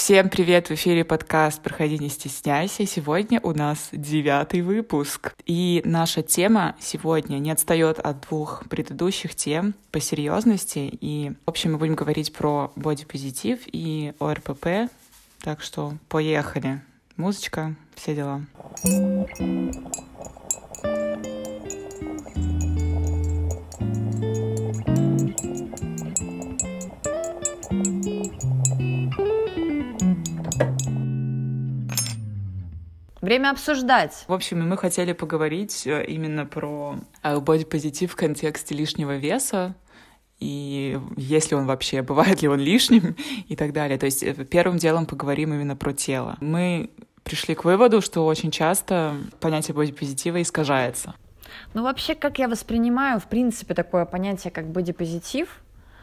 Всем привет! В эфире подкаст «Проходи, не стесняйся». Сегодня у нас 9-й выпуск. И наша тема сегодня не отстает от двух предыдущих тем по серьезности. И, в общем, мы будем говорить про бодипозитив и ОРПП. Так что поехали. Музычка, все дела. Время обсуждать. В общем, мы хотели поговорить именно про бодипозитив в контексте лишнего веса, и есть ли он вообще, бывает ли он лишним и так далее. То есть первым делом поговорим именно про тело. Мы пришли к выводу, что очень часто понятие бодипозитива искажается. Ну, вообще, как я воспринимаю, в принципе, такое понятие, как бодипозитив,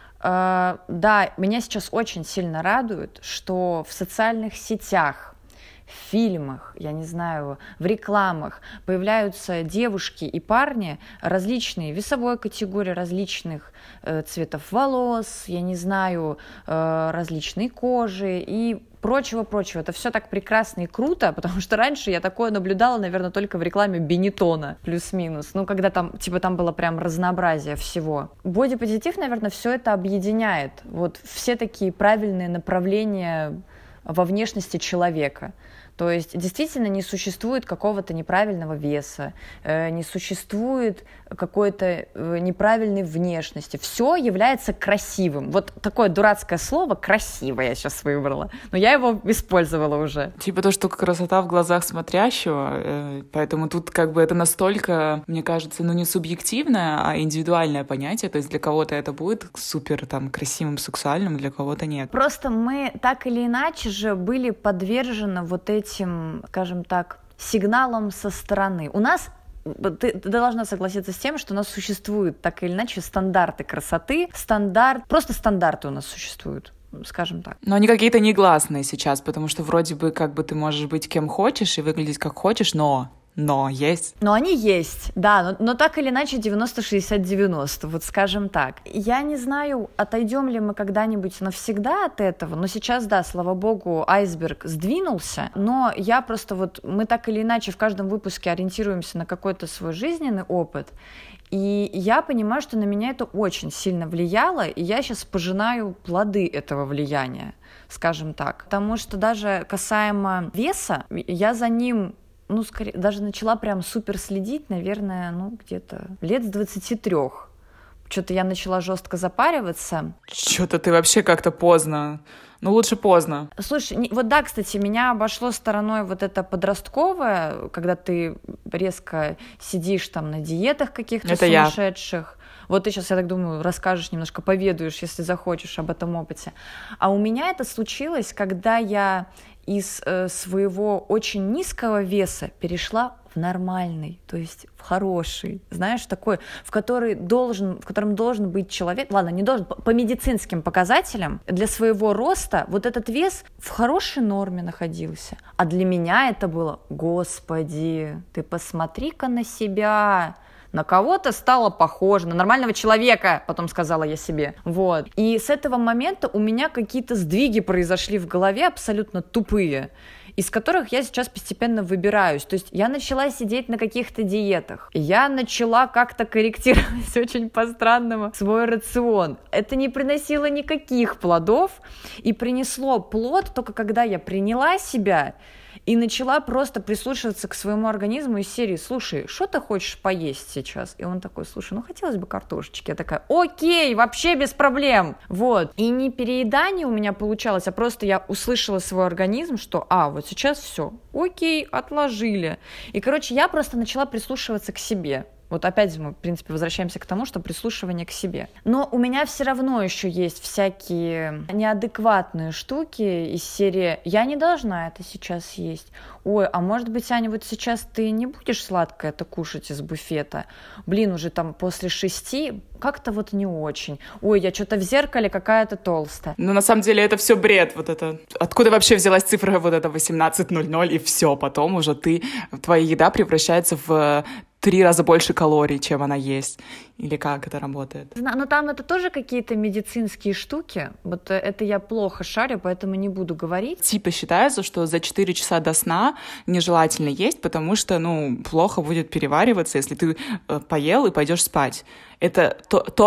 да, меня сейчас очень сильно радует, что в социальных сетях, в фильмах, я не знаю, в рекламах появляются девушки и парни различной весовой категории, различных цветов волос, я не знаю, различной кожи и прочего-прочего. Это все так прекрасно и круто, потому что раньше я такое наблюдала, наверное, только в рекламе Бенетона, плюс-минус. Ну, когда там было прям разнообразие всего. Бодипозитив, наверное, все это объединяет. Вот все такие правильные направления во внешности человека. То есть действительно не существует какого-то неправильного веса, не существует какой-то неправильной внешности. Все является красивым. Вот такое дурацкое слово «красиво» я сейчас выбрала, но я его использовала уже. Типа то, что красота в глазах смотрящего, поэтому тут как бы это настолько, мне кажется, не субъективное, а индивидуальное понятие. То есть для кого-то это будет супер там красивым, сексуальным, для кого-то нет. Просто мы так или иначе же были подвержены вот этим, скажем так, сигналам со стороны. У нас, ты должна согласиться с тем, что у нас существуют так или иначе стандарты красоты, просто стандарты у нас существуют, скажем так. Но они какие-то негласные сейчас, потому что вроде бы как бы ты можешь быть кем хочешь и выглядеть как хочешь, но есть. Но они есть, да, но так или иначе 90-60-90, вот скажем так. Я не знаю, отойдем ли мы когда-нибудь навсегда от этого, но сейчас, да, слава богу, айсберг сдвинулся, но я просто мы так или иначе в каждом выпуске ориентируемся на какой-то свой жизненный опыт, и я понимаю, что на меня это очень сильно влияло, и я сейчас пожинаю плоды этого влияния, скажем так. Потому что даже касаемо веса, я за ним скорее, даже начала прям супер следить, наверное, где-то лет с 23. Что-то я начала жестко запариваться. Что-то ты вообще как-то поздно. Лучше поздно. Слушай, вот да, кстати, меня обошло стороной вот это подростковое, когда ты резко сидишь там на диетах каких-то это сумасшедших. Вот ты сейчас, я так думаю, расскажешь немножко, поведаешь, если захочешь, об этом опыте. А у меня это случилось, когда я из своего очень низкого веса перешла в нормальный, то есть в хороший, знаешь, такой, в котором должен быть человек, ладно, не должен, по медицинским показателям для своего роста вот этот вес в хорошей норме находился. А для меня это было, господи, ты посмотри-ка на себя, на кого-то стало похоже, на нормального человека, потом сказала я себе. Вот. И с этого момента у меня какие-то сдвиги произошли в голове абсолютно тупые, из которых я сейчас постепенно выбираюсь. То есть я начала сидеть на каких-то диетах, я начала как-то корректировать очень по-странному свой рацион. Это не приносило никаких плодов, и принесло плод только когда я приняла себя и начала просто прислушиваться к своему организму из серии: слушай, что ты хочешь поесть сейчас? И он такой: слушай, хотелось бы картошечки. Я такая: окей, вообще без проблем. Вот. И не переедание у меня получалось, а просто я услышала свой организм, что вот сейчас все, окей, отложили. И, я просто начала прислушиваться к себе. Вот опять мы, в принципе, возвращаемся к тому, что прислушивание к себе. Но у меня все равно еще есть всякие неадекватные штуки из серии: я не должна это сейчас есть. Ой, а может быть, Аня, вот сейчас ты не будешь сладкое это кушать из буфета? Блин, уже там после 6 как-то не очень. Ой, я что-то в зеркале какая-то толстая. На самом деле это все бред. Вот это. Откуда вообще взялась цифра 18:00 и все. Потом уже твоя еда превращается в 3 раза больше калорий, чем она есть. Или как это работает? Но там это тоже какие-то медицинские штуки. Вот это я плохо шарю, поэтому не буду говорить. Типа считается, что за 4 часа до сна нежелательно есть, потому что, плохо будет перевариваться, если ты поел и пойдешь спать. Это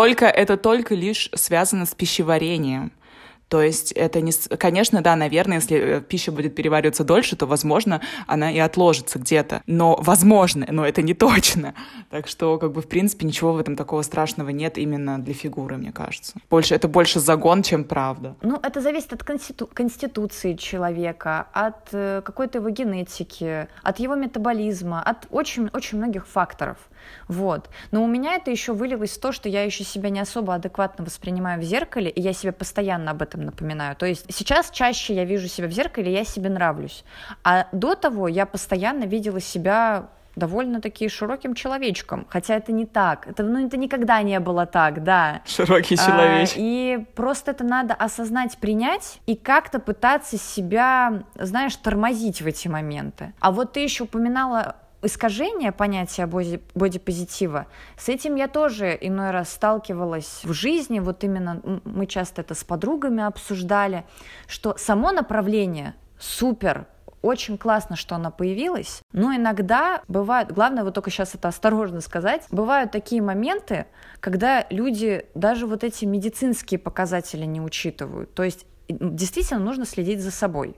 только лишь связано с пищеварением. То есть это не... Конечно, да, наверное, если пища будет перевариваться дольше, то, возможно, она и отложится где-то. Но возможно, но это не точно. Так что, в принципе, ничего в этом такого страшного нет именно для фигуры, мне кажется. Это больше загон, чем правда. Это зависит от конституции человека, от какой-то его генетики, от его метаболизма, от очень-очень многих факторов. Вот. Но у меня это еще вылилось в то, что я еще себя не особо адекватно воспринимаю в зеркале, и я себе постоянно об этом напоминаю. То есть сейчас чаще я вижу себя в зеркале, я себе нравлюсь. А до того я постоянно видела себя довольно-таки широким человечком, хотя это не так, это никогда не было так, да. Широкий человечек. И просто это надо осознать, принять и как-то пытаться себя, тормозить в эти моменты. А вот ты еще упоминала искажение понятия бодипозитива, с этим я тоже иной раз сталкивалась в жизни, вот именно мы часто это с подругами обсуждали, что само направление супер, очень классно, что оно появилось, но иногда бывают, главное вот только сейчас это осторожно сказать, бывают такие моменты, когда люди даже вот эти медицинские показатели не учитывают, то есть действительно нужно следить за собой.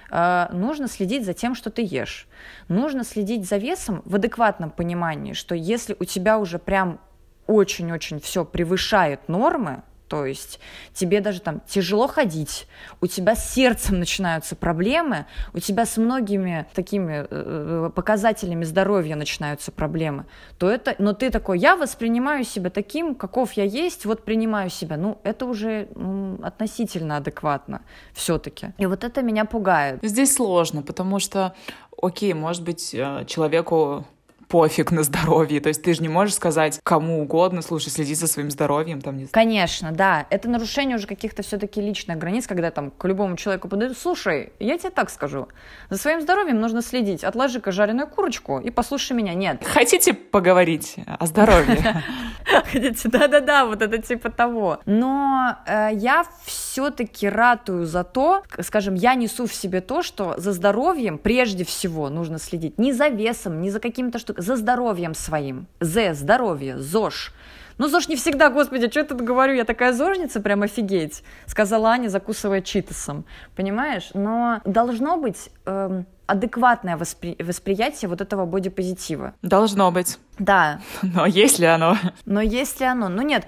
Нужно следить за тем, что ты ешь. Нужно следить за весом в адекватном понимании, что если у тебя уже прям очень-очень все превышает нормы, то есть тебе даже тяжело ходить, у тебя с сердцем начинаются проблемы, у тебя с многими такими показателями здоровья начинаются проблемы, но ты такой, я воспринимаю себя таким, каков я есть, вот принимаю себя, это уже относительно адекватно все-таки. И вот это меня пугает. Здесь сложно, потому что, окей, может быть, человеку пофиг на здоровье. То есть ты же не можешь сказать кому угодно, слушай, следи за своим здоровьем. Конечно, да. Это нарушение уже каких-то все-таки личных границ, когда к любому человеку подойдут, слушай, я тебе так скажу, за своим здоровьем нужно следить. Отложи-ка жареную курочку и послушай меня. Нет. Хотите поговорить о здоровье? Хотите? Да-да-да, вот это типа того. Но я все-таки ратую за то, скажем, я несу в себе то, что за здоровьем прежде всего нужно следить. Не за весом, не за какими-то штуками, за здоровьем своим. Здоровье, ЗОЖ. ЗОЖ не всегда, господи, что я тут говорю, я такая зожница, прям офигеть, сказала Аня, закусывая читосом, понимаешь? Но должно быть адекватное восприятие вот этого бодипозитива. Должно быть. Да. Но есть ли оно? Нет,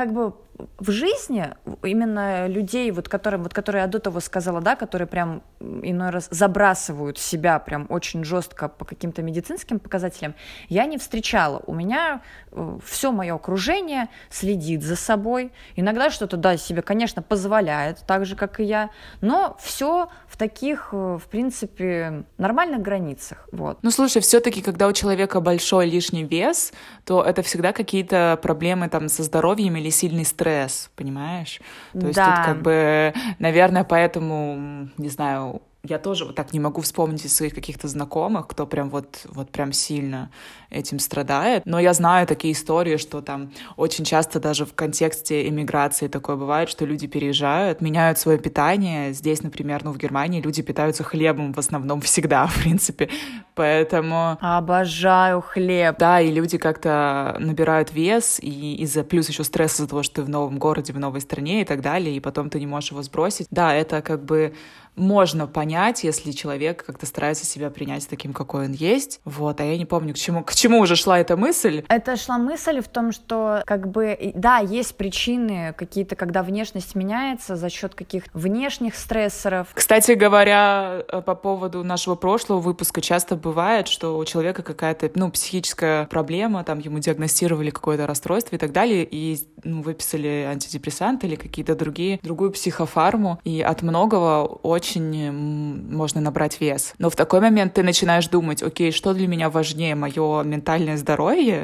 в жизни именно людей, которые я до того сказала, да, которые прям иной раз забрасывают себя прям очень жестко по каким-то медицинским показателям, я не встречала. У меня все мое окружение следит за собой. Иногда что-то, да, себе, конечно, позволяет, так же, как и я, но все в таких, в принципе, нормальных границах. Вот. Слушай, все-таки, когда у человека большой лишний вес, то это всегда какие-то проблемы со здоровьем или сильный стресс, понимаешь? То есть тут наверное, поэтому, не знаю, я тоже вот так не могу вспомнить из своих каких-то знакомых, кто прям вот прям сильно этим страдает. Но я знаю такие истории, что очень часто даже в контексте эмиграции такое бывает, что люди переезжают, меняют свое питание. Здесь, например, в Германии люди питаются хлебом в основном всегда, в принципе. Поэтому... Обожаю хлеб. Да, и люди как-то набирают вес, и плюс еще стресс из-за того, что ты в новом городе, в новой стране и так далее, и потом ты не можешь его сбросить. Да, это можно понять, если человек как-то старается себя принять таким, какой он есть. Вот, а я не помню, к чему уже шла эта мысль. Это шла мысль в том, что да, есть причины какие-то, когда внешность меняется за счет каких-то внешних стрессоров. Кстати говоря, по поводу нашего прошлого выпуска, часто бывает, что у человека какая-то, психическая проблема, ему диагностировали какое-то расстройство и так далее, и выписали антидепрессанты или какие-то другую психофарму, и от многого очень можно набрать вес. Но в такой момент ты начинаешь думать, окей, что для меня важнее, мое ментальное здоровье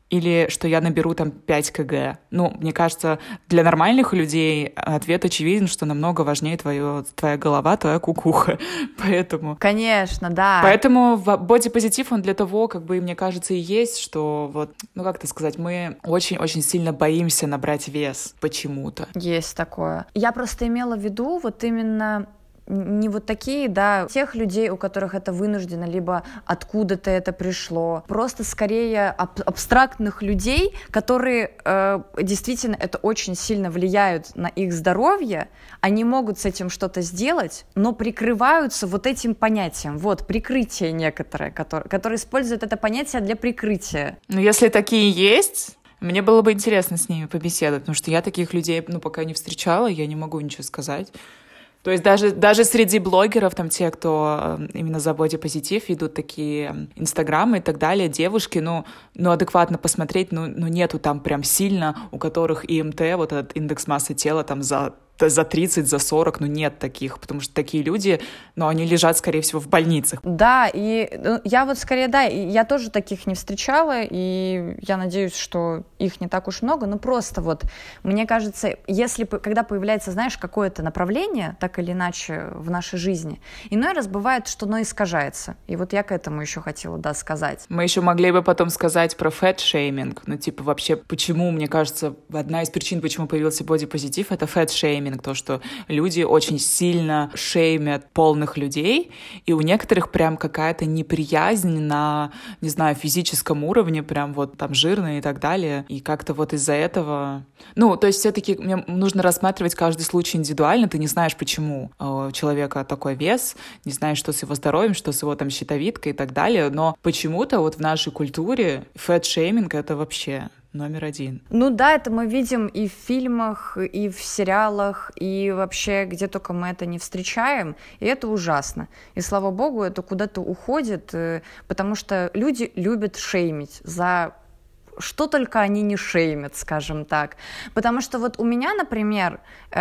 или что я наберу там 5 кг. Ну, мне кажется, для нормальных людей ответ очевиден, что намного важнее твоя голова, твоя кукуха. Поэтому... Конечно, да. Поэтому бодипозитив, он для того, как бы, мне кажется, и есть, что вот, ну, как это сказать, мы очень-очень сильно боимся набрать вес почему-то. Есть такое. Я просто имела в виду вот именно не вот такие, да, тех людей, у которых это вынуждено, либо откуда-то это пришло. Просто скорее абстрактных людей, которые действительно это очень сильно влияют на их здоровье, они могут с этим что-то сделать, но прикрываются вот этим понятием. Вот, прикрытие некоторое, которое использует это понятие для прикрытия. Ну, если такие есть... Мне было бы интересно с ними побеседовать, потому что я таких людей, ну, пока не встречала, я не могу ничего сказать. То есть даже среди блогеров, там те, кто именно за бодипозитив, ведут такие инстаграмы и так далее, девушки, ну адекватно посмотреть, нету там прям сильно, у которых ИМТ, вот этот индекс массы тела там за 30, за 40, нет таких, потому что такие люди, они лежат, скорее всего, в больницах. Да, и я вот скорее, да, я тоже таких не встречала, и я надеюсь, что их не так уж много, но просто вот, мне кажется, когда появляется, знаешь, какое-то направление, так или иначе, в нашей жизни, иной раз бывает, что оно искажается, и вот я к этому еще хотела, да, сказать. Мы еще могли бы потом сказать про фэт-шейминг, вообще, почему, мне кажется, одна из причин, почему появился бодипозитив, это фэт-шейминг, то, что люди очень сильно шеймят полных людей, и у некоторых прям какая-то неприязнь на, не знаю, физическом уровне, прям вот там жирные и так далее, и как-то вот из-за этого... то есть все-таки мне нужно рассматривать каждый случай индивидуально, ты не знаешь, почему у человека такой вес, не знаешь, что с его здоровьем, что с его там щитовидкой и так далее, но почему-то вот в нашей культуре фэт-шейминг — это вообще... номер один. Ну да, это мы видим и в фильмах, и в сериалах, и вообще где только мы это не встречаем, и это ужасно. И слава богу, это куда-то уходит, потому что люди любят шеймить за что только они не шеймят, скажем так. Потому что вот у меня, например,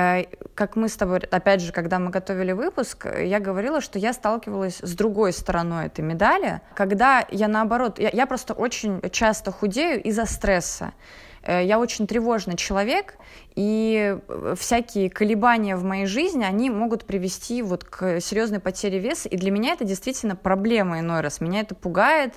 как мы с тобой, опять же, когда мы готовили выпуск, я говорила, что я сталкивалась с другой стороной этой медали, когда я наоборот, я просто очень часто худею из-за стресса. Я очень тревожный человек, и всякие колебания в моей жизни, они могут привести вот к серьезной потере веса, и для меня это действительно проблема иной раз. Меня это пугает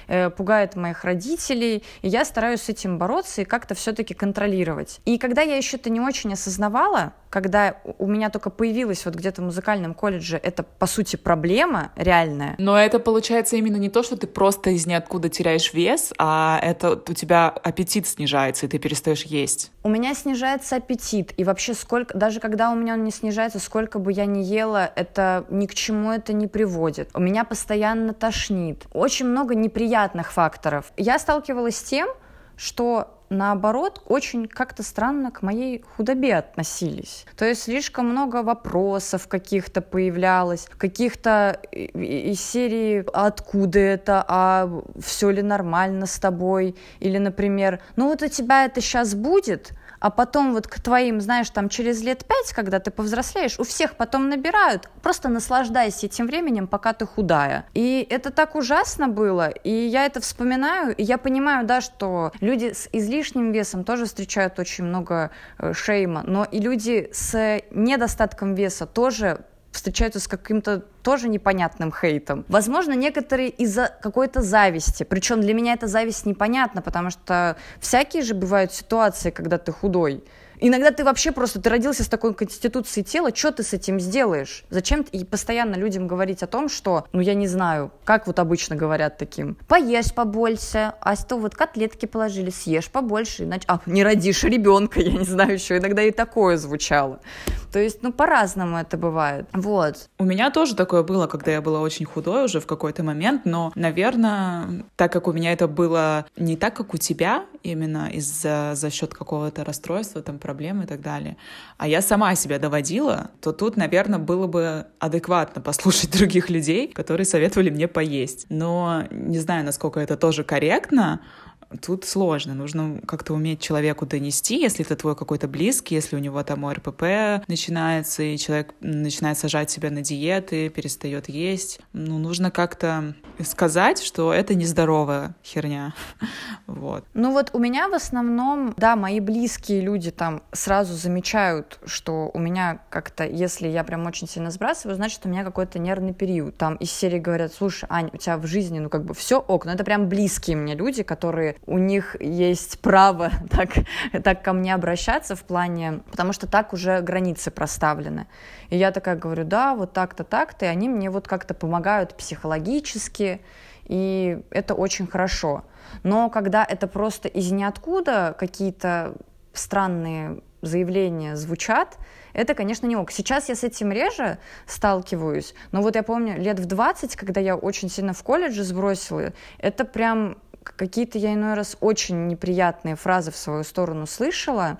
моих родителей, и я стараюсь с этим бороться и как-то все-таки контролировать. И когда я еще это не очень осознавала, когда у меня только появилась вот где-то в музыкальном колледже, это, по сути, проблема реальная. Но это получается именно не то, что ты просто из ниоткуда теряешь вес, а это у тебя аппетит снижается, и ты перестаешь есть. У меня снижается аппетит, и вообще даже когда у меня он не снижается, сколько бы я ни ела, это ни к чему это не приводит. У меня постоянно тошнит. Очень много неприятных факторов. Я сталкивалась с тем, что наоборот, очень как-то странно к моей худобе относились. То есть слишком много вопросов каких-то появлялось, каких-то из серии «Откуда это?», «А все ли нормально с тобой?» Или, например, «Ну вот у тебя это сейчас будет», а потом вот к твоим, знаешь, там через лет 5, когда ты повзрослеешь, у всех потом набирают, просто наслаждайся этим временем, пока ты худая. И это так ужасно было, и я это вспоминаю, и я понимаю, да, что люди с излишним весом тоже встречают очень много шейма, но и люди с недостатком веса тоже встречаются с каким-то тоже непонятным хейтом. Возможно, некоторые из-за какой-то зависти. Причем для меня эта зависть непонятна, потому что всякие же бывают ситуации, когда ты худой. Иногда ты вообще ты родился с такой конституцией тела, что ты с этим сделаешь? Зачем и постоянно людям говорить о том, что, я не знаю, как вот обычно говорят таким, поешь побольше, а то вот котлетки положили, съешь побольше, иначе, не родишь ребенка, я не знаю, еще иногда и такое звучало. То есть, по-разному это бывает. Вот. У меня тоже такое было, когда я была очень худой уже в какой-то момент, но, наверное, так как у меня это было не так, как у тебя, именно за счет какого-то расстройства, там, проблемы и так далее, а я сама себя доводила, то тут, наверное, было бы адекватно послушать других людей, которые советовали мне поесть. Но не знаю, насколько это тоже корректно, тут сложно. Нужно как-то уметь человеку донести, если это твой какой-то близкий, если у него там ОРПП начинается, и человек начинает сажать себя на диеты, перестает есть. Нужно как-то сказать, что это нездоровая херня. Вот. У меня в основном, да, мои близкие люди там сразу замечают, что у меня как-то, если я прям очень сильно сбрасываю, значит, у меня какой-то нервный период. Там из серии говорят: слушай, Ань, у тебя в жизни, все ок. Но это прям близкие мне люди, которые, у них есть право так ко мне обращаться в плане, потому что так уже границы проставлены. И я такая говорю: да, вот так-то, так-то, и они мне вот как-то помогают психологически, и это очень хорошо. Но когда это просто из ниоткуда какие-то странные заявления звучат, это, конечно, не ок. Сейчас я с этим реже сталкиваюсь, но вот я помню, лет в 20, когда я очень сильно в колледже сбросила, это прям какие-то я иной раз очень неприятные фразы в свою сторону слышала.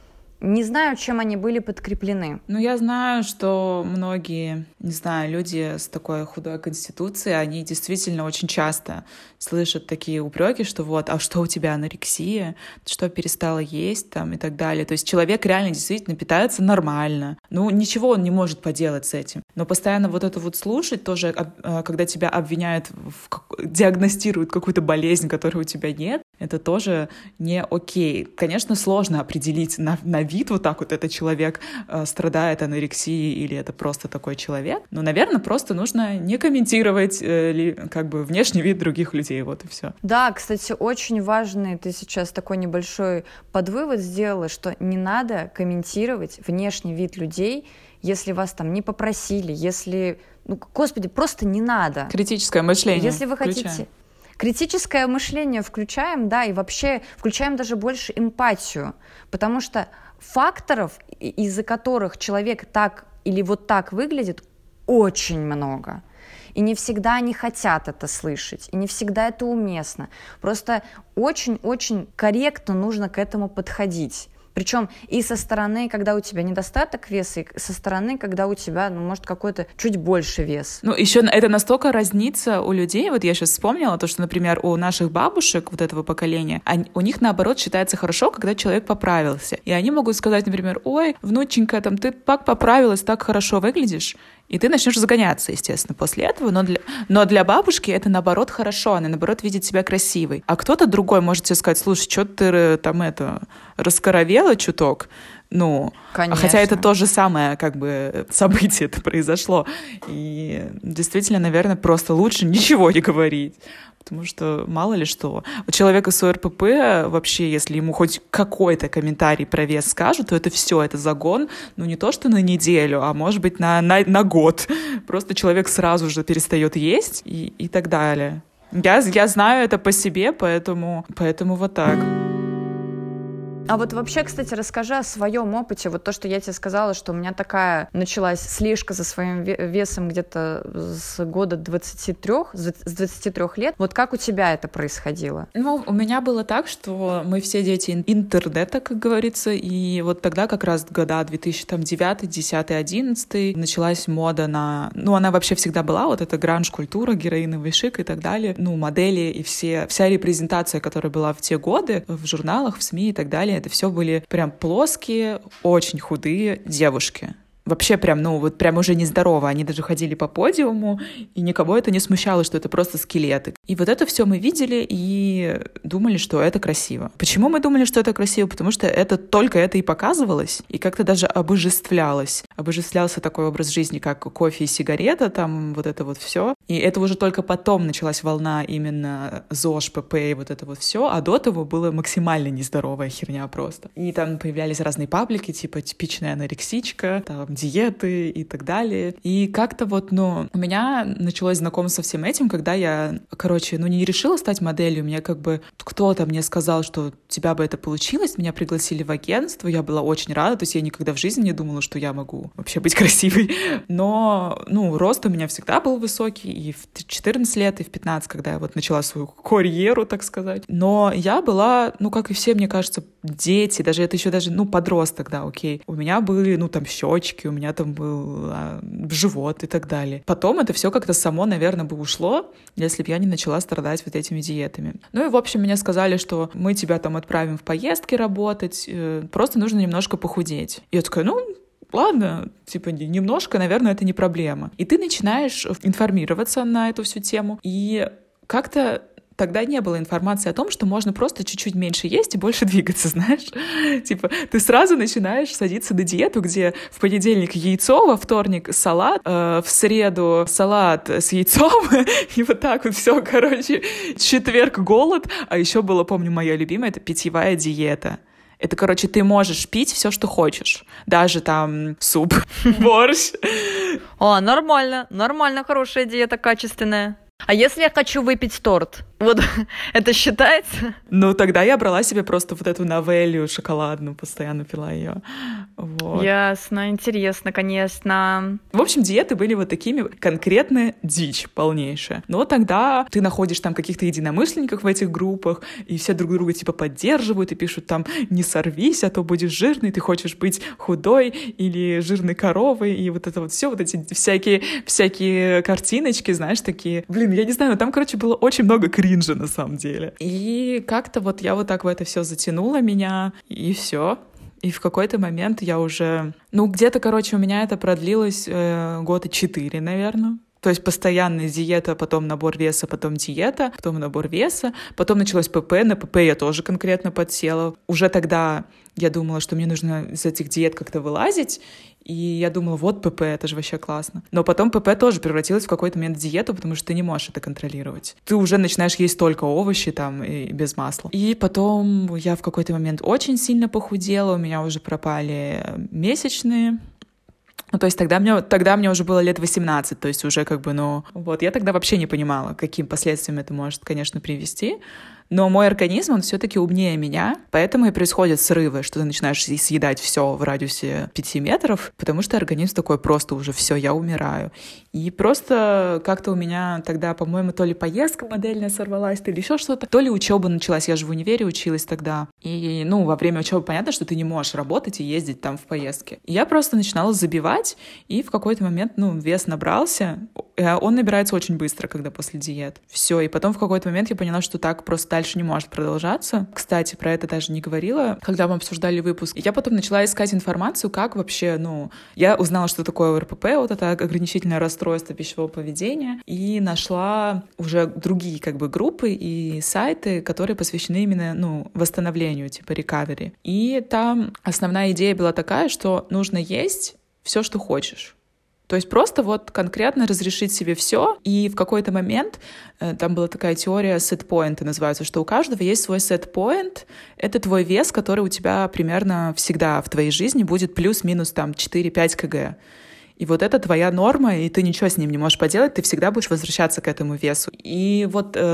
Не знаю, чем они были подкреплены. Я знаю, что многие, не знаю, люди с такой худой конституцией, они действительно очень часто слышат такие упреки, что вот, а что у тебя анорексия, ты что, перестала есть там и так далее. То есть человек реально действительно питается нормально. Ничего он не может поделать с этим. Но постоянно вот это вот слушать тоже, когда тебя обвиняют, диагностируют какую-то болезнь, которой у тебя нет, это тоже не окей. Конечно, сложно определить на вид вот так вот этот человек страдает анорексией или это просто такой человек. Но, наверное, просто нужно не комментировать внешний вид других людей, вот и все. Да, кстати, очень важный ты сейчас такой небольшой подвывод сделала, что не надо комментировать внешний вид людей, если вас там не попросили, если... Господи, просто не надо. Критическое мышление. Если вы хотите... Критическое мышление включаем, да, и вообще включаем даже больше эмпатию, потому что факторов, из-за которых человек так или вот так выглядит, очень много. И не всегда они хотят это слышать, и не всегда это уместно. Просто очень-очень корректно нужно к этому подходить. Причем и со стороны, когда у тебя недостаток веса, и со стороны, когда у тебя, может, какой-то чуть больше вес. Еще это настолько разнится у людей. Вот я сейчас вспомнила то, что, например, у наших бабушек вот этого поколения, у них, наоборот, считается хорошо, когда человек поправился. И они могут сказать, например: ой, внученька, там, ты так поправилась, так хорошо выглядишь. И ты начнешь загоняться, естественно, после этого. Но для бабушки это, наоборот, хорошо. Она, наоборот, видит себя красивой. А кто-то другой может тебе сказать: слушай, что ты там раскоровела чуток? Конечно. Хотя это то же самое, событие это произошло. И действительно, наверное, просто лучше ничего не говорить. Потому что мало ли что. У человека с ОРПП вообще, если ему хоть какой-то комментарий про вес скажут, то это все, это загон, не то что на неделю, а может быть на год. Просто человек сразу же перестает есть и так далее. Я знаю это по себе, поэтому вот так. А вот вообще, кстати, расскажи о своем опыте. Вот то, что я тебе сказала, что у меня такая началась слежка за своим весом где-то с года 23, с 23 лет. Вот как у тебя это происходило? У меня было так, что мы все дети интернета, как говорится, и вот тогда как раз года 2009, 10, 11 началась мода на... она вообще всегда была, вот эта гранж-культура, героиновый шик и так далее. Модели и вся репрезентация, которая была в те годы в журналах, в СМИ и так далее, это все были прям плоские, очень худые девушки. Вообще прям, прям уже нездорово. Они даже ходили по подиуму, и никого это не смущало, что это просто скелеты. И вот это все мы видели и думали, что это красиво. Почему мы думали, что это красиво? Потому что только это и показывалось, и как-то даже обожествлялось. Обожествлялся такой образ жизни, как кофе и сигарета, там вот это вот все. И это уже только потом началась волна именно ЗОЖ, ПП и вот это вот все, а до того было максимально нездоровая херня просто. И там появлялись разные паблики, типа типичная анорексичка, там диеты и так далее. И как-то у меня началось знакомство со всем этим, когда я, не решила стать моделью. Мне кто-то мне сказал, что у тебя бы это получилось. Меня пригласили в агентство, я была очень рада. То есть я никогда в жизни не думала, что я могу вообще быть красивой. Но, рост у меня всегда был высокий, и в 14 лет, и в 15, когда я вот начала свою карьеру, так сказать. Но я была, как и все, мне кажется, дети, даже это еще даже, подросток, да, окей. У меня были, там щечки, у меня там был живот и так далее. Потом это все как-то само, наверное, бы ушло, если бы я не начала страдать вот этими диетами. И, в общем, мне сказали, что мы тебя там отправим в поездки работать, просто нужно немножко похудеть. И я такая, ладно, немножко, наверное, это не проблема. И ты начинаешь информироваться на эту всю тему, и как-то тогда не было информации о том, что можно просто чуть-чуть меньше есть и больше двигаться, знаешь? Ты сразу начинаешь садиться на диету, где в понедельник яйцо, во вторник салат, в среду салат с яйцом, и вот так вот все, четверг голод, а еще было, помню, моя любимая, это питьевая диета. Это, ты можешь пить все, что хочешь. Даже там суп, борщ. Нормально, хорошая диета, качественная. А если я хочу выпить торт? Вот это считается? Тогда я брала себе просто вот эту новеллю шоколадную, постоянно пила ее. Вот. Ясно, интересно, конечно. В общем, диеты были вот такими, конкретная дичь полнейшая. Но тогда ты находишь там каких-то единомышленников в этих группах, и все друг друга поддерживают и пишут там: не сорвись, а то будешь жирный, ты хочешь быть худой или жирной коровой, и вот это вот все, вот эти всякие картиночки, знаешь, такие. Я не знаю, но там, было очень много кринжа на самом деле. И как-то вот я вот так в это все затянула меня, и все. И в какой-то момент я уже... где-то, у меня это продлилось 4 года, наверное. То есть постоянная диета, потом набор веса, потом диета, потом набор веса. Потом началось ПП. На ПП я тоже конкретно подсела. Уже тогда я думала, что мне нужно из этих диет как-то вылазить. И я думала, вот ПП, это же вообще классно. Но потом ПП тоже превратилась в какой-то момент в диету, потому что ты не можешь это контролировать. Ты уже начинаешь есть только овощи там и без масла. И потом я в какой-то момент очень сильно похудела, у меня уже пропали месячные. То есть тогда мне уже было лет 18, то есть уже я тогда вообще не понимала, к каким последствиям это может, конечно, привести. Но мой организм, он все-таки умнее меня, поэтому и происходят срывы, что ты начинаешь съедать все в радиусе 5 метров, потому что организм такой: просто уже все, я умираю. И просто как-то у меня тогда, по-моему, то ли поездка модельная сорвалась, то ли еще что-то, то ли учеба началась. Я же в универе училась тогда. И, во время учебы понятно, что ты не можешь работать и ездить там в поездки. И я просто начинала забивать, и в какой-то момент, вес набрался. Он набирается очень быстро, когда после диет. Все, и потом в какой-то момент я поняла, что так просто дальше не может продолжаться. Кстати, про это даже не говорила, когда мы обсуждали выпуск. Я потом начала искать информацию, как вообще, я узнала, что такое ОРПП, вот это ограничительное расстройство пищевого поведения, и нашла уже другие группы и сайты, которые посвящены именно, восстановлению, recovery. И там основная идея была такая, что нужно есть все, что хочешь. То есть просто конкретно разрешить себе все, и в какой-то момент, там была такая теория set-point, называется, что у каждого есть свой set-point, это твой вес, который у тебя примерно всегда в твоей жизни будет плюс-минус 4-5 кг. И вот это твоя норма, и ты ничего с ним не можешь поделать, ты всегда будешь возвращаться к этому весу. И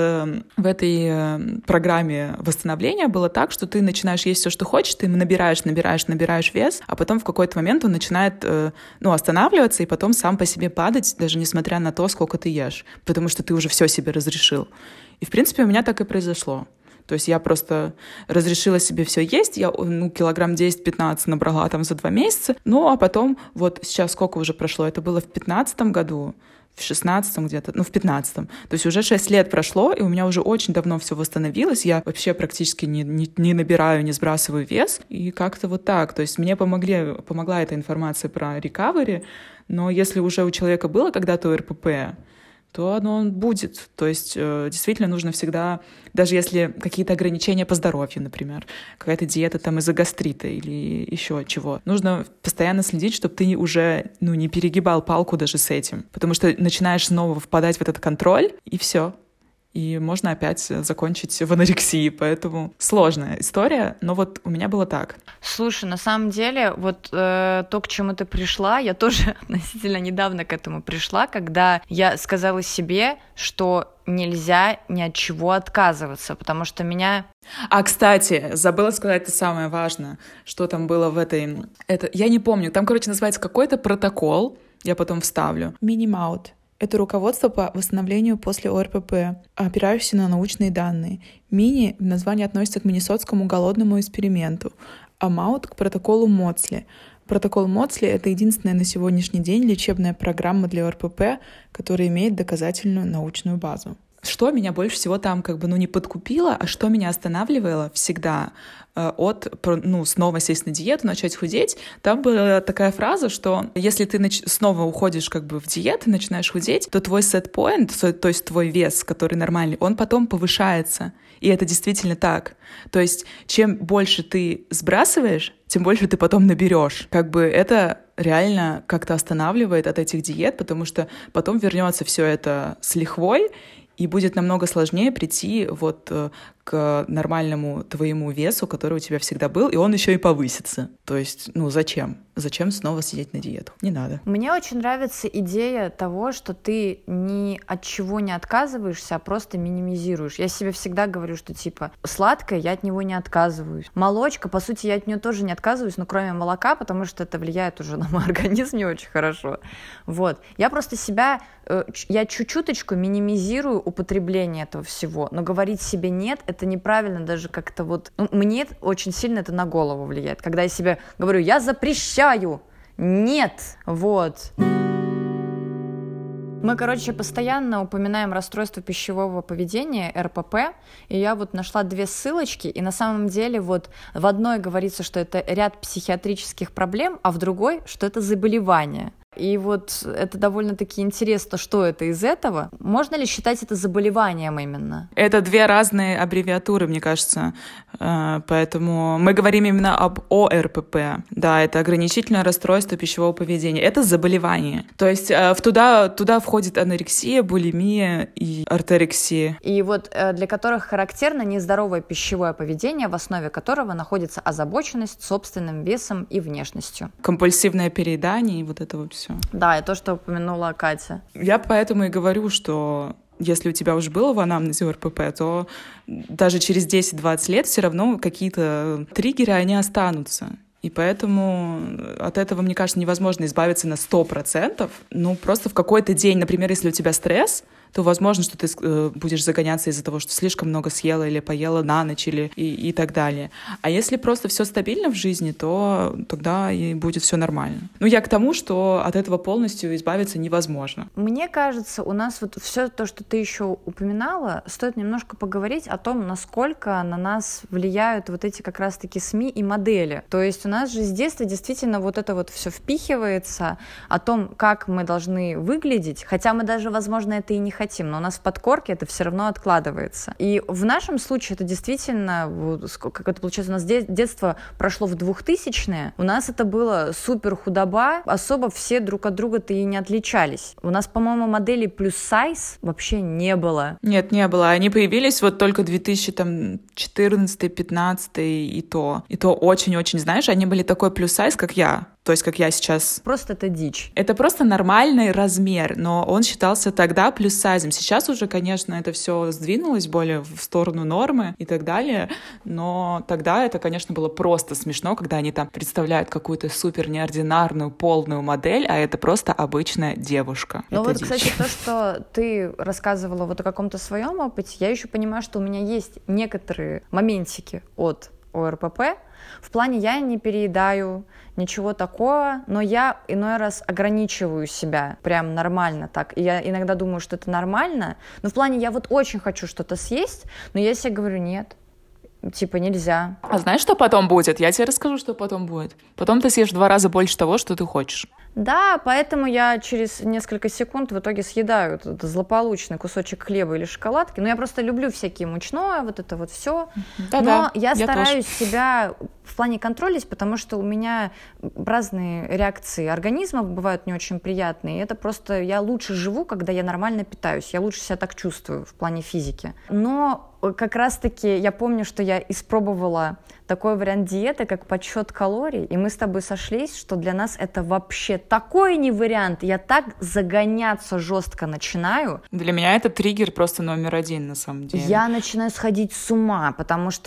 в этой программе восстановления было так, что ты начинаешь есть все, что хочешь, ты набираешь вес, а потом в какой-то момент он начинает останавливаться и потом сам по себе падать, даже несмотря на то, сколько ты ешь, потому что ты уже все себе разрешил. И, в принципе, у меня так и произошло. То есть я просто разрешила себе все есть, я килограмм 10-15 набрала там за 2 месяца, а потом сейчас сколько уже прошло, это было в 15-м году, в 16-м где-то, в 15-м. То есть уже 6 лет прошло, и у меня уже очень давно все восстановилось, я вообще практически не набираю, не сбрасываю вес, и как-то так. То есть мне помогла эта информация про recovery, но если уже у человека было когда-то ОРПП, то оно будет. То есть действительно нужно всегда, даже если какие-то ограничения по здоровью, например, какая-то диета там из-за гастрита или еще чего, нужно постоянно следить, чтобы ты уже не перегибал палку даже с этим. Потому что начинаешь снова впадать в этот контроль, и все. И можно опять закончить в анорексии, поэтому сложная история, но у меня было так. Слушай, на самом деле, то, к чему ты пришла, я тоже относительно недавно к этому пришла, когда я сказала себе, что нельзя ни от чего отказываться, потому что меня... кстати, забыла сказать это самое важное, что там было в этой... я не помню, там, называется какой-то протокол, я потом вставлю. Minimout. Это руководство по восстановлению после ОРПП, опирающееся на научные данные. МИНИ в названии относится к Миннесотскому голодному эксперименту, а МАУТ — к протоколу Моцли. Протокол Моцли — это единственная на сегодняшний день лечебная программа для ОРПП, которая имеет доказательную научную базу. Что меня больше всего там не подкупило, а что меня останавливало всегда снова сесть на диету, начать худеть, там была такая фраза, что если ты снова уходишь в диету, начинаешь худеть, то твой set point, то есть твой вес, который нормальный, он потом повышается. И это действительно так. То есть чем больше ты сбрасываешь, тем больше ты потом наберешь. Это реально как-то останавливает от этих диет, потому что потом вернется все это с лихвой, и будет намного сложнее прийти к нормальному твоему весу, который у тебя всегда был, и он еще и повысится. То есть, зачем? Зачем снова сидеть на диету? Не надо. Мне очень нравится идея того, что ты ни от чего не отказываешься, а просто минимизируешь. Я себе всегда говорю, что сладкое, я от него не отказываюсь. Молочка, по сути, я от нее тоже не отказываюсь, но кроме молока, потому что это влияет уже на мой организм не очень хорошо. Я просто я чуть-чуточку минимизирую употребление этого всего, но говорить себе «нет» — это неправильно, даже как-то мне очень сильно это на голову влияет, когда я себе говорю «я запрещаю», «нет», Мы, постоянно упоминаем расстройство пищевого поведения, РПП, и я нашла 2 ссылочки, и на самом деле в одной говорится, что это ряд психиатрических проблем, а в другой, что это заболевание. И это довольно-таки интересно, что это из этого. Можно ли считать это заболеванием именно? Это 2 разные аббревиатуры, мне кажется. Поэтому мы говорим именно об ОРПП. Да, это ограничительное расстройство пищевого поведения. Это заболевание. То есть туда входит анорексия, булимия и орторексия. И для которых характерно нездоровое пищевое поведение, в основе которого находится озабоченность собственным весом и внешностью. Компульсивное переедание и это все. Да, и то, что упомянула Катя. Я поэтому и говорю, что если у тебя уже было в анамнезе ОРПП, то даже через 10-20 лет все равно какие-то триггеры, они останутся. И поэтому от этого, мне кажется, невозможно избавиться на 100%. Просто в какой-то день, например, если у тебя стресс, то возможно, что ты будешь загоняться из-за того, что слишком много съела или поела на ночь и так далее. А если просто все стабильно в жизни, то тогда и будет все нормально. Я к тому, что от этого полностью избавиться невозможно. Мне кажется, у нас все то, что ты еще упоминала, стоит немножко поговорить о том, насколько на нас влияют эти как раз-таки СМИ и модели. То есть у нас же с детства действительно это все впихивается о том, как мы должны выглядеть, хотя мы даже, возможно, это и не хотим, но у нас в подкорке это все равно откладывается. И в нашем случае это действительно, как это получается, у нас детство прошло в 2000-е, у нас это было супер худоба, особо все друг от друга-то и не отличались. У нас, по-моему, моделей плюс сайз вообще не было. Нет, не было. Они появились только 2014-15 и то очень-очень, знаешь, они были такой плюс сайз, как я. То есть, как я сейчас. Просто это дичь. Это просто нормальный размер, но он считался тогда плюс сайзом. Сейчас уже, конечно, это все сдвинулось более в сторону нормы и так далее, но тогда это, конечно, было просто смешно, когда они там представляют какую-то супер неординарную полную модель, а это просто обычная девушка. Ну это дичь. Кстати, то, что ты рассказывала о каком-то своем опыте, я еще понимаю, что у меня есть некоторые моментики от ОРПП. В плане я не переедаю, ничего такого, но я иной раз ограничиваю себя прям нормально так. И я иногда думаю, что это нормально, но в плане я очень хочу что-то съесть, но я себе говорю нет. Нельзя. А знаешь, что потом будет? Я тебе расскажу, что потом будет. Потом ты съешь в 2 раза больше того, что ты хочешь. Да, поэтому я через несколько секунд в итоге съедаю этот злополучный кусочек хлеба или шоколадки. Но я просто люблю всякие мучное, это все. Но я стараюсь себя в плане контролить, потому что у меня разные реакции организма бывают не очень приятные. И это просто я лучше живу, когда я нормально питаюсь. Я лучше себя так чувствую в плане физики. Но как раз-таки я помню, что я испробовала такой вариант диеты, как подсчет калорий, и мы с тобой сошлись, что для нас это вообще такой не вариант. Я так загоняться жестко начинаю. Для меня это триггер просто номер один, на самом деле. Я начинаю сходить с ума, потому что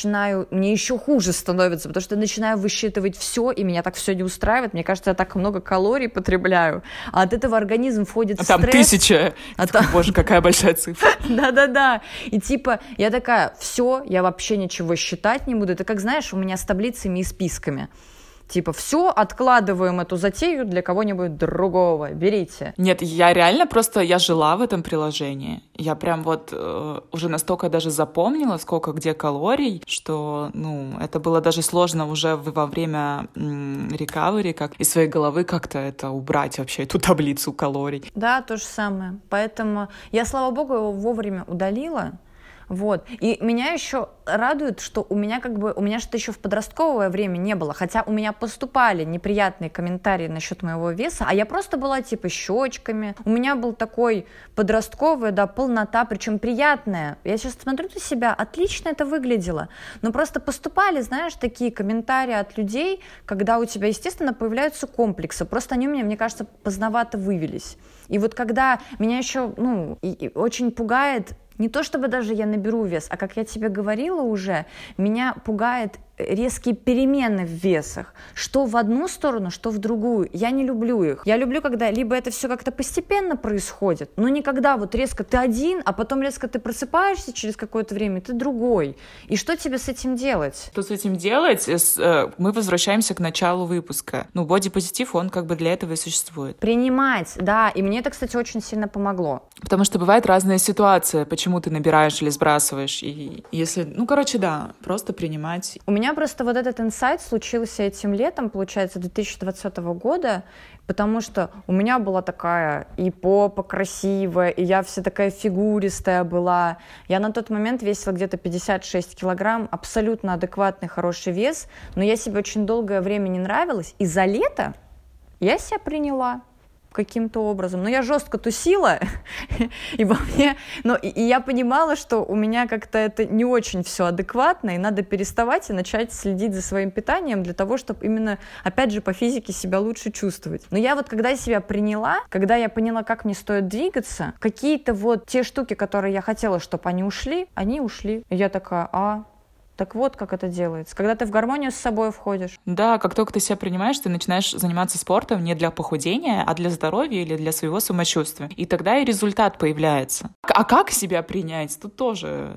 мне еще хуже становится, потому что я начинаю высчитывать все, и меня так все не устраивает. Мне кажется, я так много калорий потребляю, а от этого организм входит в стресс. Там 1000. Боже, какая большая цифра. Да-да-да. И типа я такая, все, я вообще ничего считать не буду. Это как, знаешь, у меня с таблицами и списками. Типа, все, откладываем эту затею для кого-нибудь другого, берите. Нет, я реально я жила в этом приложении. Я прям уже настолько даже запомнила, сколько где калорий, что, это было даже сложно уже во время рекавери, как из своей головы как-то это убрать вообще, эту таблицу калорий. Да, то же самое. Поэтому я, слава богу, его вовремя удалила. Вот. И меня еще радует, что у меня что-то еще в подростковое время не было, хотя у меня поступали неприятные комментарии насчет моего веса, а я просто была типа щечками. У меня был такой подростковый, полнота, причем приятная. Я сейчас смотрю на себя, отлично это выглядело. Но просто поступали, знаешь, такие комментарии от людей, когда у тебя, естественно, появляются комплексы. Просто они у меня, мне кажется, поздновато вывелись. И вот когда меня еще, очень пугает, не то чтобы даже я наберу вес, а как я тебе говорила уже, меня пугает резкие перемены в весах, что в одну сторону, что в другую. Я не люблю их. Я люблю, когда либо это все как-то постепенно происходит, но не когда резко ты один, а потом резко ты просыпаешься через какое-то время, и ты другой. И что тебе с этим делать? Что с этим делать? Мы возвращаемся к началу выпуска. бодипозитив, он как бы для этого и существует. Принимать, да. И мне это, кстати, очень сильно помогло. Потому что бывает разная ситуация, почему ты набираешь или сбрасываешь. И если, просто принимать. У меня просто этот инсайт случился этим летом, получается, 2020 года, потому что у меня была такая и попа красивая, и я вся такая фигуристая была. Я на тот момент весила где-то 56 килограмм, абсолютно адекватный, хороший вес, но я себе очень долгое время не нравилась, и за лето я себя приняла каким-то образом. Но я жестко тусила, и во мне... И я понимала, что у меня как-то это не очень все адекватно, и надо переставать и начать следить за своим питанием для того, чтобы именно, опять же, по физике себя лучше чувствовать. Но я когда себя приняла, когда я поняла, как мне стоит двигаться, какие-то те штуки, которые я хотела, чтобы они ушли. И я такая, так вот, как это делается. Когда ты в гармонию с собой входишь. Да, как только ты себя принимаешь, ты начинаешь заниматься спортом не для похудения, а для здоровья или для своего самочувствия. И тогда и результат появляется. А как себя принять? Тут тоже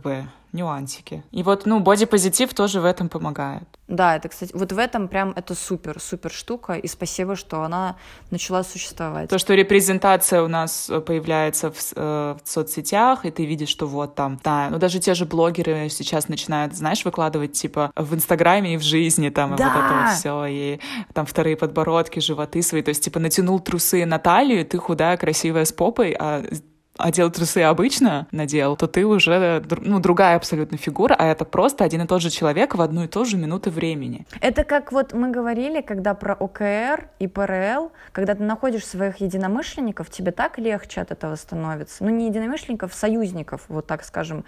нюансики. И бодипозитив тоже в этом помогает. Да, это, кстати, в этом прям это супер штука, и спасибо, что она начала существовать. То, что репрезентация у нас появляется в соцсетях, и ты видишь, что даже те же блогеры сейчас начинают, знаешь, выкладывать, типа, в Инстаграме и в жизни, там, и это все, и там вторые подбородки, животы свои, то есть, типа, натянул трусы на талию, ты худая, красивая, с попой, одел трусы обычно, надел, то ты уже, другая абсолютно фигура, а это просто один и тот же человек в одну и ту же минуту времени. Это как мы говорили, когда про ОКР и ПРЛ, когда ты находишь своих единомышленников, тебе так легче от этого становится. Не единомышленников, союзников, так скажем,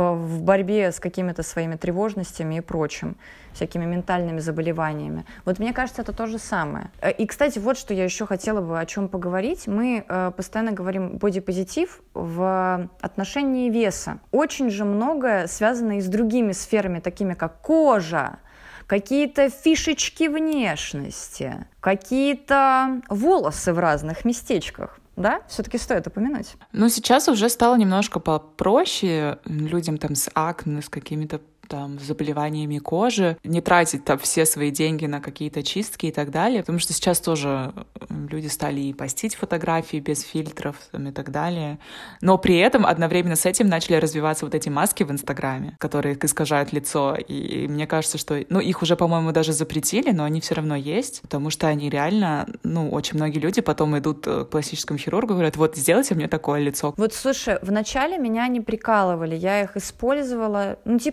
в борьбе с какими-то своими тревожностями и прочим, всякими ментальными заболеваниями. Мне кажется, это то же самое. И, кстати, что я еще хотела бы о чем поговорить. Мы постоянно говорим бодипозитив в отношении веса. Очень же многое связано и с другими сферами, такими как кожа, какие-то фишечки внешности, какие-то волосы в разных местечках. Да, все-таки стоит упомянуть. Сейчас уже стало немножко попроще людям с акне, с какими-то заболеваниями кожи, не тратить все свои деньги на какие-то чистки и так далее, потому что сейчас тоже люди стали и постить фотографии без фильтров и так далее. Но при этом одновременно с этим начали развиваться эти маски в Инстаграме, которые искажают лицо, и мне кажется, что, их уже, по-моему, даже запретили, но они все равно есть, потому что они реально, очень многие люди потом идут к пластическому хирургу и говорят, сделайте мне такое лицо. Слушай, вначале меня не прикалывали, я их использовала, знаешь,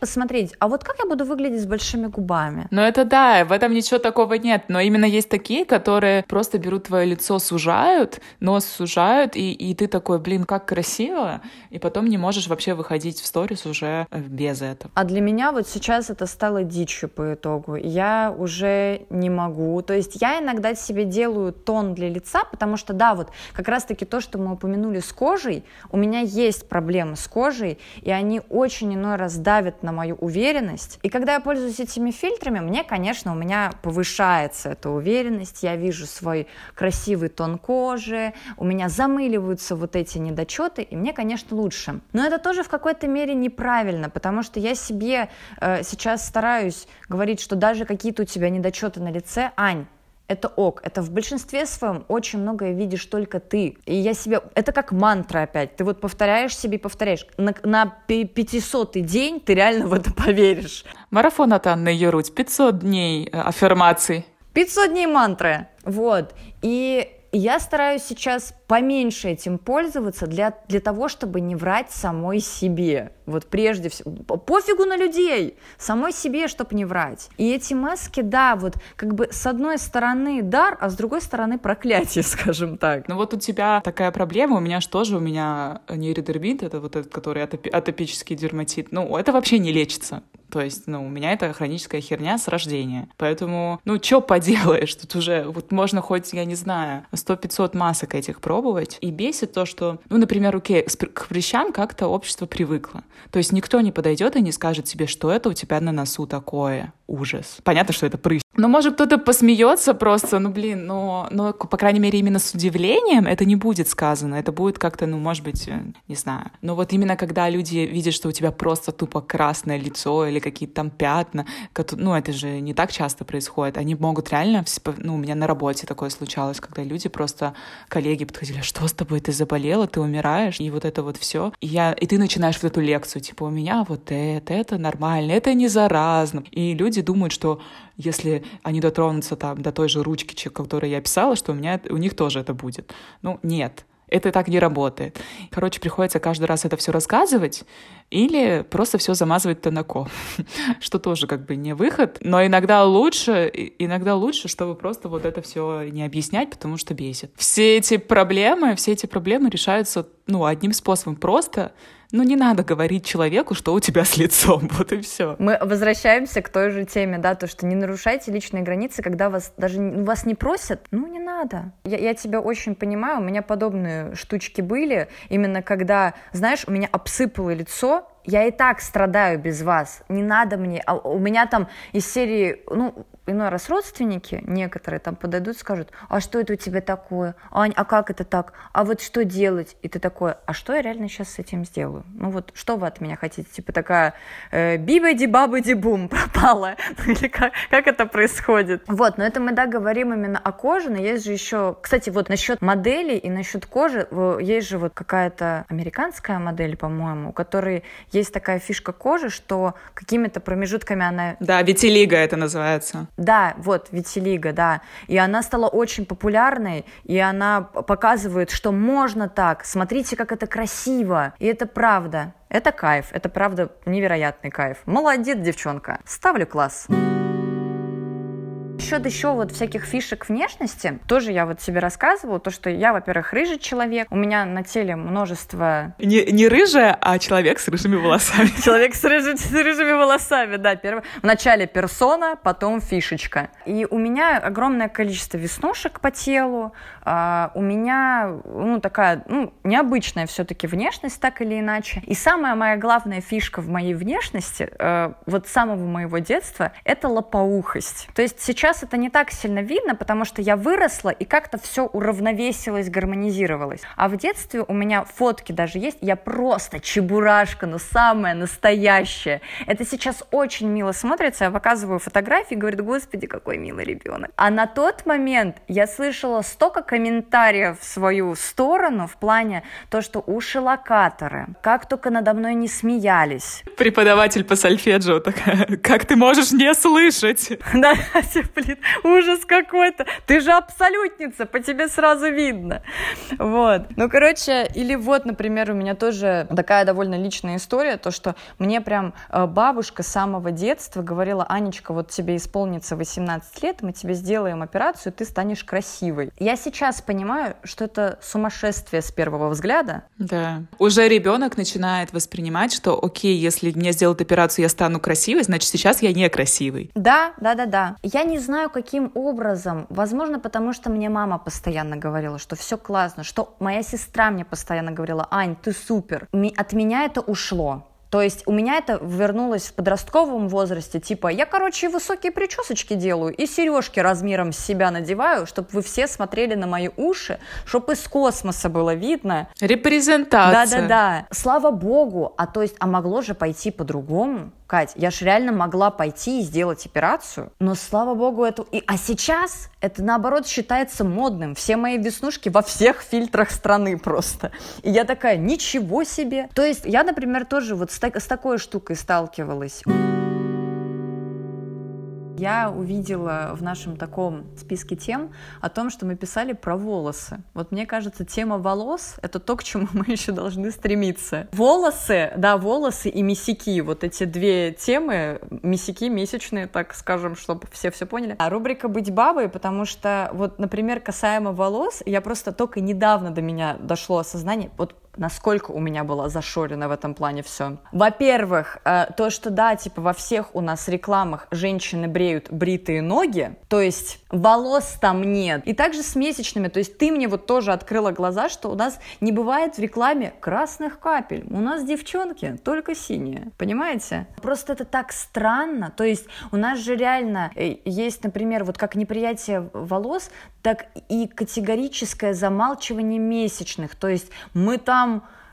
посмотреть, а вот как я буду выглядеть с большими губами? Ну это да, в этом ничего такого нет, но именно есть такие, которые просто берут твое лицо, сужают, нос сужают, и ты такой, блин, как красиво, и потом не можешь вообще выходить в сторис уже без этого. А для меня вот сейчас это стало дичью по итогу. Я уже не могу. То есть я иногда себе делаю тон для лица, потому что, да, вот как раз-таки то, что мы упомянули с кожей, у меня есть проблемы с кожей, и они очень иной раз давят на мою уверенность. И когда я пользуюсь этими фильтрами, мне, конечно, у меня повышается эта уверенность, я вижу свой красивый тон кожи, у меня замыливаются вот эти недочеты, и мне, конечно, лучше. Но это тоже в какой-то мере неправильно, потому что я себе сейчас стараюсь говорить, что даже какие-то у тебя недочеты на лице, Ань, это ок, это в большинстве своем очень многое видишь только ты. И я себе... Это как мантра опять. Ты вот повторяешь себе и повторяешь. На 500-й день ты реально в это поверишь. Марафон от Анны Юруть. 500 дней аффирмаций. 500 дней мантры. Вот. И я стараюсь сейчас поменьше этим пользоваться для того, чтобы не врать самой себе. Вот прежде всего. Пофигу на людей! Самой себе, чтобы не врать. И эти маски, да, вот как бы с одной стороны дар, а с другой стороны проклятие, скажем так. Ну вот у тебя такая проблема, у меня нейродермит, это вот этот, который атопический дерматит, ну это вообще не лечится. То есть, у меня это хроническая херня с рождения. Поэтому, что поделаешь? Тут уже вот можно хоть, я не знаю, 100-500 масок этих пробовать. И бесит то, что, например, к прыщам как-то общество привыкло. То есть никто не подойдет и не скажет тебе, что это у тебя на носу такое. Ужас. Понятно, что это прыщ. Но может кто-то посмеется просто, но по крайней мере именно с удивлением это не будет сказано. Это будет как-то, может быть, не знаю. Но вот именно когда люди видят, что у тебя просто тупо красное лицо или какие-то там пятна, это же не так часто происходит. Они могут реально, у меня на работе такое случалось, когда люди просто, коллеги подходили, что с тобой, ты заболела, ты умираешь, и вот это вот все. И ты начинаешь вот эту лекцию, типа, у меня вот это нормально, это не заразно. И люди думают, что если они дотронутся там до той же ручки, которую я писала, что у них тоже это будет. Нет. Это так не работает. Короче, приходится каждый раз это все рассказывать или просто все замазывать тонаком, что тоже как бы не выход. Но иногда лучше, чтобы просто вот это все не объяснять, потому что бесит. Все эти проблемы решаются, одним способом. Просто не надо говорить человеку, что у тебя с лицом, вот и все. Мы возвращаемся к той же теме, да, то, что не нарушайте личные границы, когда вас не просят, не надо. Я тебя очень понимаю, у меня подобные штучки были, именно когда, знаешь, у меня обсыпало лицо, я и так страдаю без вас, не надо мне, а у меня там из серии, иной раз родственники некоторые там подойдут, скажут, а что это у тебя такое? Ань, а как это так? А вот что делать? И ты такой, а что я реально сейчас с этим сделаю? Что вы от меня хотите? Типа такая бибади-бабади-бум пропала. Или как это происходит? Вот, но это мы, говорим именно о коже, но есть же еще, кстати, вот насчет моделей и насчет кожи, есть же вот какая-то американская модель, по-моему, у которой есть такая фишка кожи, что какими-то промежутками она... Да, витилиго это называется. Да, вот, витилиго, да. И она стала очень популярной, и она показывает, что можно так. Смотрите, как это красиво. И это правда. Это кайф. Это правда невероятный кайф. Молодец, девчонка. Ставлю класс. Насчет еще вот всяких фишек внешности, тоже я вот себе рассказывала, то, что я, во-первых, рыжий человек, у меня на теле множество... Не рыжая, а человек с рыжими волосами. Человек с рыжими волосами, да. Вначале персона, потом фишечка. И у меня огромное количество веснушек по телу, у меня, такая, необычная все-таки внешность, так или иначе. И самая моя главная фишка в моей внешности, вот с самого моего детства, это лопоухость. То есть сейчас это не так сильно видно, потому что я выросла, и как-то все уравновесилось, гармонизировалось. А в детстве у меня фотки даже есть, я просто чебурашка, самая настоящая. Это сейчас очень мило смотрится, я показываю фотографии, говорю, господи, какой милый ребенок. А на тот момент я слышала столько комментариев в свою сторону в плане то, что уши локаторы, как только надо мной не смеялись. Преподаватель по сольфеджио такая, как ты можешь не слышать? Да, говорит, ужас какой-то, ты же абсолютница, по тебе сразу видно. Вот. Ну, короче, или вот, например, у меня тоже такая довольно личная история, то, что мне прям бабушка с самого детства говорила: Анечка, вот тебе исполнится 18 лет, мы тебе сделаем операцию, ты станешь красивой. Я сейчас понимаю, что это сумасшествие с первого взгляда. Да. Уже ребенок начинает воспринимать, что окей, если мне сделают операцию, я стану красивой, значит, сейчас я некрасивый. Да. Я не знаю, каким образом. Возможно, потому что мне мама постоянно говорила, что все классно, что моя сестра мне постоянно говорила: Ань, ты супер. От меня это ушло. То есть у меня это вернулось в подростковом возрасте, типа, я, короче, высокие причесочки делаю и сережки размером с себя надеваю, чтобы вы все смотрели на мои уши, чтобы из космоса было видно. Репрезентация. Да. Слава богу. А могло же пойти по-другому. Кать, я ж реально могла пойти и сделать операцию, но, слава богу, А сейчас это, наоборот, считается модным. Все мои веснушки во всех фильтрах страны просто. И я такая, ничего себе. То есть я, например, тоже вот с такой штукой сталкивалась. Я увидела в нашем таком списке тем о том, что мы писали про волосы. Вот мне кажется, тема волос — это то, к чему мы еще должны стремиться. Волосы и месяки, вот эти две темы, месяки месячные, так скажем, чтобы все поняли. А рубрика «Быть бабой», потому что, вот, например, касаемо волос, я просто только недавно до меня дошло осознание, вот насколько у меня было зашорено в этом плане все. Во-первых, то, что да, типа во всех у нас рекламах женщины бреют бритые ноги, то есть волос там нет. И также с месячными, то есть ты мне вот тоже открыла глаза, что у нас не бывает в рекламе красных капель. У нас девчонки только синие, понимаете? Просто это так странно, то есть у нас же реально есть, например, вот как неприятие волос, так и категорическое замалчивание месячных, то есть мы там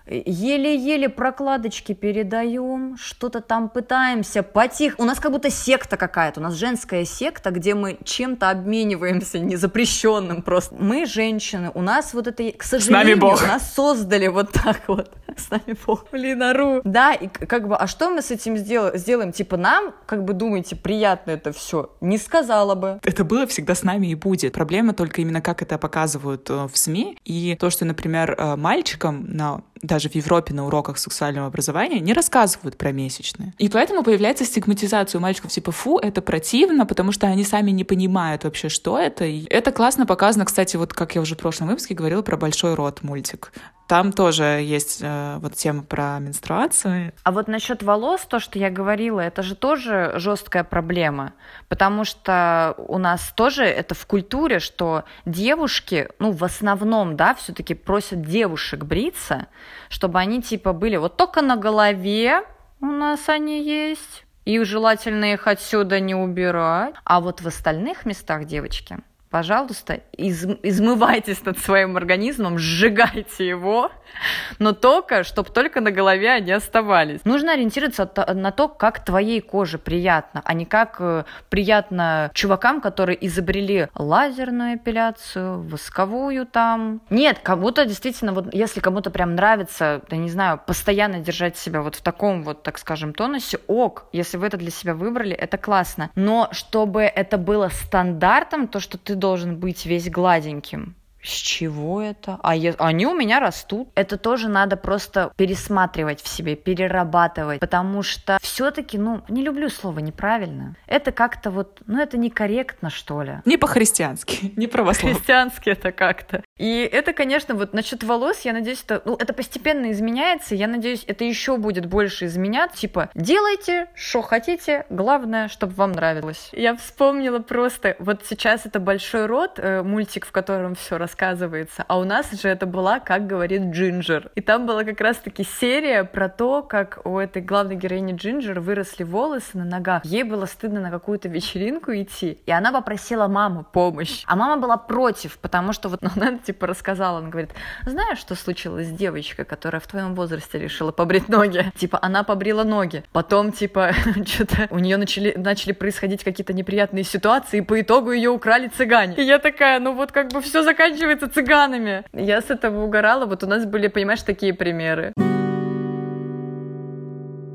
еле-еле прокладочки передаем, что-то там пытаемся у нас как будто секта какая-то, у нас женская секта, где мы чем-то обмениваемся незапрещенным просто. Мы женщины, у нас вот это, к сожалению, нас создали вот так вот. С нами Бог. Блин, ору. Да, и как бы, а что мы с этим сделаем? Типа нам, как бы думаете, приятно это все? Не сказала бы. Это было всегда с нами и будет. Проблема только именно, как это показывают в СМИ. И то, что, например, мальчикам даже в Европе на уроках сексуального образования не рассказывают про месячные. И поэтому появляется стигматизация у мальчиков, типа, фу, это противно, потому что они сами не понимают вообще, что это. И это классно показано, кстати, вот как я уже в прошлом выпуске говорила про «Большой рот» мультик. Там тоже есть вот тема про менструацию. А вот насчет волос, то, что я говорила, это же тоже жесткая проблема, потому что у нас тоже это в культуре, что девушки, в основном, да, все-таки просят девушек бриться, чтобы они типа были вот только на голове у нас они есть, и желательно их отсюда не убирать, а вот в остальных местах, девочки, пожалуйста, измывайтесь над своим организмом, сжигайте его, но чтобы только на голове они оставались. Нужно ориентироваться на то, как твоей коже приятно, а не как приятно чувакам, которые изобрели лазерную эпиляцию, восковую там. Нет, кому-то действительно, вот если кому-то прям нравится, я не знаю, постоянно держать себя вот в таком вот, так скажем, тонусе, если вы это для себя выбрали, это классно. Но чтобы это было стандартом, то, что ты должен быть весь гладеньким. С чего это? Они у меня растут. Это тоже надо просто пересматривать в себе, перерабатывать, потому что все-таки, не люблю слово неправильно. Это как-то вот, это некорректно, что ли. Не по-христиански, не православно. По-христиански это как-то. И это, конечно, вот насчет волос, я надеюсь, это постепенно изменяется, я надеюсь, это еще будет больше изменяться. Типа, делайте, что хотите, главное, чтобы вам нравилось. Я вспомнила просто, вот сейчас это «Большой рот», мультик, в котором все рассказывается, а у нас же это была «Как говорит Джинджер». И там была как раз-таки серия про то, как у этой главной героини Джинджер выросли волосы на ногах. Ей было стыдно на какую-то вечеринку идти, и она попросила маму помощь. А мама была против, потому что вот она рассказала, она говорит, знаешь, что случилось с девочкой, которая в твоем возрасте решила побрить ноги? Она побрила ноги. Потом, что-то у нее начали происходить какие-то неприятные ситуации, и по итогу ее украли цыгане. И я такая, все заканчивается цыганами. Я с этого угорала. Вот у нас были, понимаешь, такие примеры.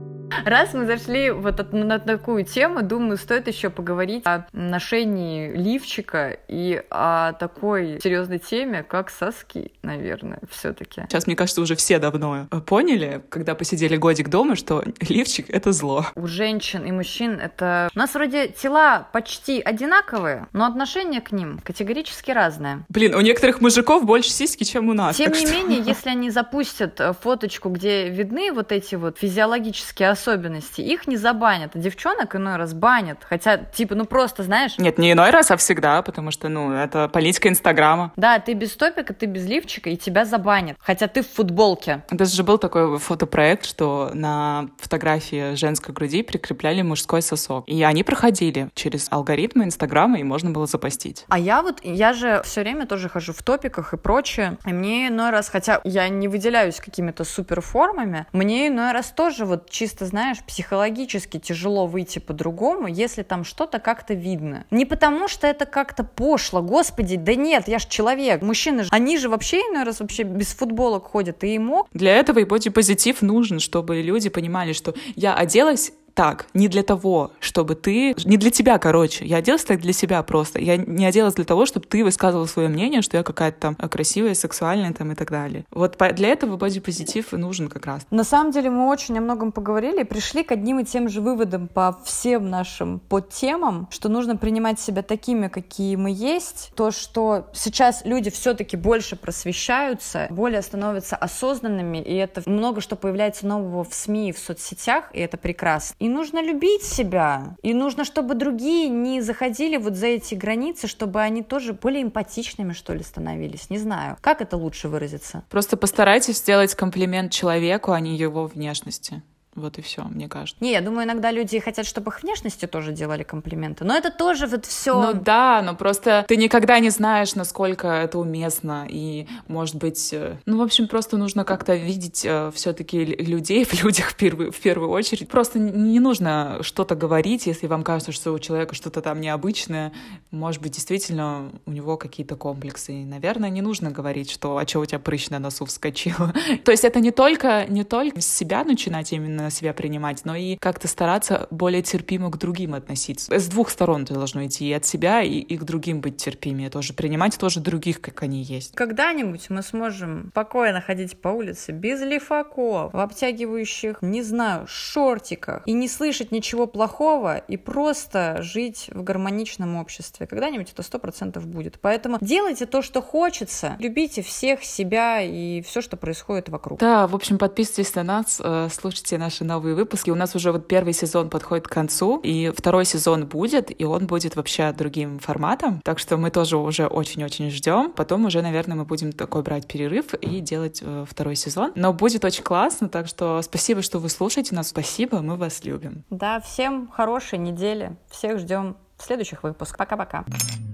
Раз мы зашли вот на такую тему, думаю, стоит еще поговорить о ношении лифчика и о такой серьезной теме, как соски, наверное, все-таки. Сейчас, мне кажется, уже все давно поняли, когда посидели годик дома, что лифчик — это зло. У женщин и мужчин это... У нас вроде тела почти одинаковые, но отношение к ним категорически разное. Блин, у некоторых мужиков больше сиськи, чем у нас. Тем не менее, если они запустят фоточку, где видны вот эти вот физиологические особенности, их не забанят. А девчонок иной раз банят. Хотя, типа, ну просто, знаешь... Нет, не иной раз, а всегда, потому что, это политика Инстаграма. Да, ты без топика, ты без лифчика, и тебя забанят. Хотя ты в футболке. Даже же был такой фотопроект, что на фотографии женской груди прикрепляли мужской сосок. И они проходили через алгоритмы Инстаграма, и можно было запостить. А я же все время тоже хожу в топиках и прочее. И мне иной раз, хотя я не выделяюсь какими-то суперформами, мне иной раз тоже вот чисто, знаешь, психологически тяжело выйти по-другому, если там что-то как-то видно. Не потому, что это как-то пошло, господи, да нет, я ж человек. Мужчины же, они же вообще иной раз вообще без футболок ходят, и им ок. Для этого и бодипозитив нужен, чтобы люди понимали, что я оделась так, не для того, чтобы ты... Не для тебя, короче. Я оделась так для себя просто. Я не оделась для того, чтобы ты высказывала свое мнение, что я какая-то там красивая, сексуальная там и так далее. Вот для этого бодипозитив и нужен как раз. На самом деле мы очень о многом поговорили и пришли к одним и тем же выводам по всем нашим подтемам, что нужно принимать себя такими, какие мы есть. То, что сейчас люди все-таки больше просвещаются, более становятся осознанными, и это много что появляется нового в СМИ и в соцсетях, и это прекрасно. И нужно любить себя. И нужно, чтобы другие не заходили вот за эти границы, чтобы они тоже более эмпатичными, что ли, становились. Не знаю. Как это лучше выразиться? Просто постарайтесь сделать комплимент человеку, а не его внешности. Вот и все, мне кажется. Не, я думаю, иногда люди хотят, чтобы их внешности тоже делали комплименты. Но это тоже вот все. Ну да, но просто ты никогда не знаешь, насколько это уместно. И, может быть, в общем, просто нужно как-то видеть все-таки людей в людях в первую очередь. Просто не нужно что-то говорить, если вам кажется, что у человека что-то там необычное. Может быть, действительно, у него какие-то комплексы. И, наверное, не нужно говорить, что «а чё у тебя прыщ на носу вскочил?». То есть это не только с себя начинать именно себя принимать, но и как-то стараться более терпимо к другим относиться. С двух сторон это должно идти, и от себя, и к другим быть терпимее тоже, принимать тоже других, как они есть. Когда-нибудь мы сможем спокойно ходить по улице без лифаков, в обтягивающих, не знаю, шортиках, и не слышать ничего плохого, и просто жить в гармоничном обществе. Когда-нибудь это 100% будет. Поэтому делайте то, что хочется, любите всех, себя и все, что происходит вокруг. Да, в общем, подписывайтесь на нас, слушайте наши новые выпуски. У нас уже вот первый сезон подходит к концу, и второй сезон будет, и он будет вообще другим форматом. Так что мы тоже уже очень-очень ждем. Потом уже, наверное, мы будем такой брать перерыв и делать второй сезон. Но будет очень классно, так что спасибо, что вы слушаете нас. Спасибо, мы вас любим. Да, всем хорошей недели. Всех ждем в следующих выпусках. Пока-пока.